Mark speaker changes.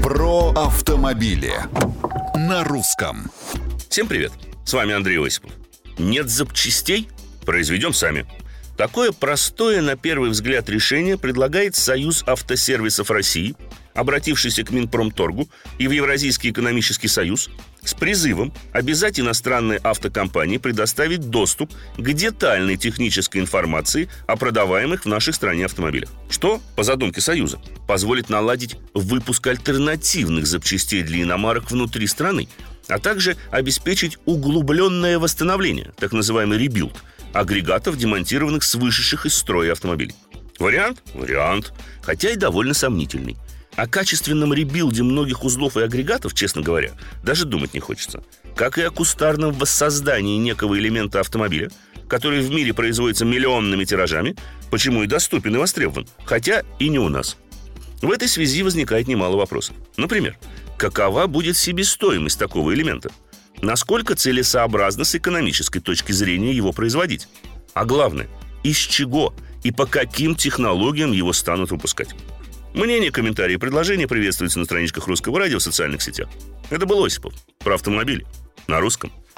Speaker 1: Про автомобили на русском.
Speaker 2: Всем привет, с вами Андрей Осипов. Нет запчастей? Произведем сами. Такое простое, на первый взгляд, решение предлагает Союз автосервисов России, обратившийся к Минпромторгу и в Евразийский экономический союз с призывом обязать иностранные автокомпании предоставить доступ к детальной технической информации о продаваемых в нашей стране автомобилях. Что, по задумке Союза, позволит наладить выпуск альтернативных запчастей для иномарок внутри страны, а также обеспечить углубленное восстановление, так называемый ребилд, агрегатов, демонтированных с вышедших из строя автомобилей. Вариант? Вариант, хотя и довольно сомнительный. О качественном ребилде многих узлов и агрегатов, честно говоря, даже думать не хочется. Как и о кустарном воссоздании некого элемента автомобиля, который в мире производится миллионными тиражами, почему и доступен и востребован, хотя и не у нас. В этой связи возникает немало вопросов. Например, какова будет себестоимость такого элемента? Насколько целесообразно с экономической точки зрения его производить? А главное, из чего и по каким технологиям его станут выпускать? Мнения, комментарии и предложения приветствуются на страничках Русского радио в социальных сетях. Это был Осипов про автомобили на русском.